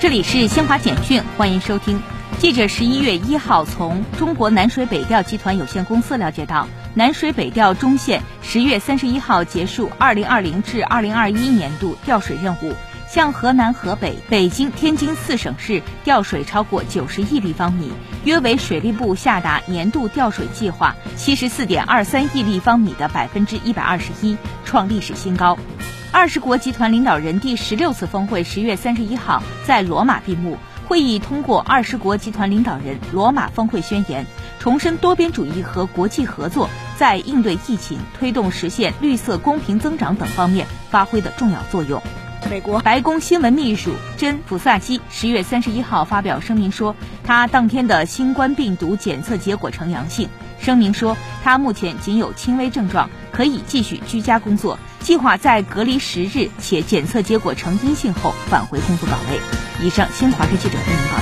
这里是新华简讯，欢迎收听。记者11月1号从中国南水北调集团有限公司了解到，南水北调中线10月31号结束2020至2021年度调水任务，向河南、河北、北京、天津4省市调水超过90亿立方米，约为水利部下达年度调水计划74.23亿立方米的121%，创历史新高。20国集团领导人第16次峰会10月31号在罗马闭幕，会议通过20国集团领导人罗马峰会宣言，重申多边主义和国际合作在应对疫情、推动实现绿色公平增长等方面发挥的重要作用。美国白宫新闻秘书珍·普萨基10月31号发表声明说，他当天的新冠病毒检测结果呈阳性。声明说，他目前仅有轻微症状，可以继续居家工作，计划在隔离10日且检测结果呈阴性后返回工作岗位。以上，新华社记者为您报道。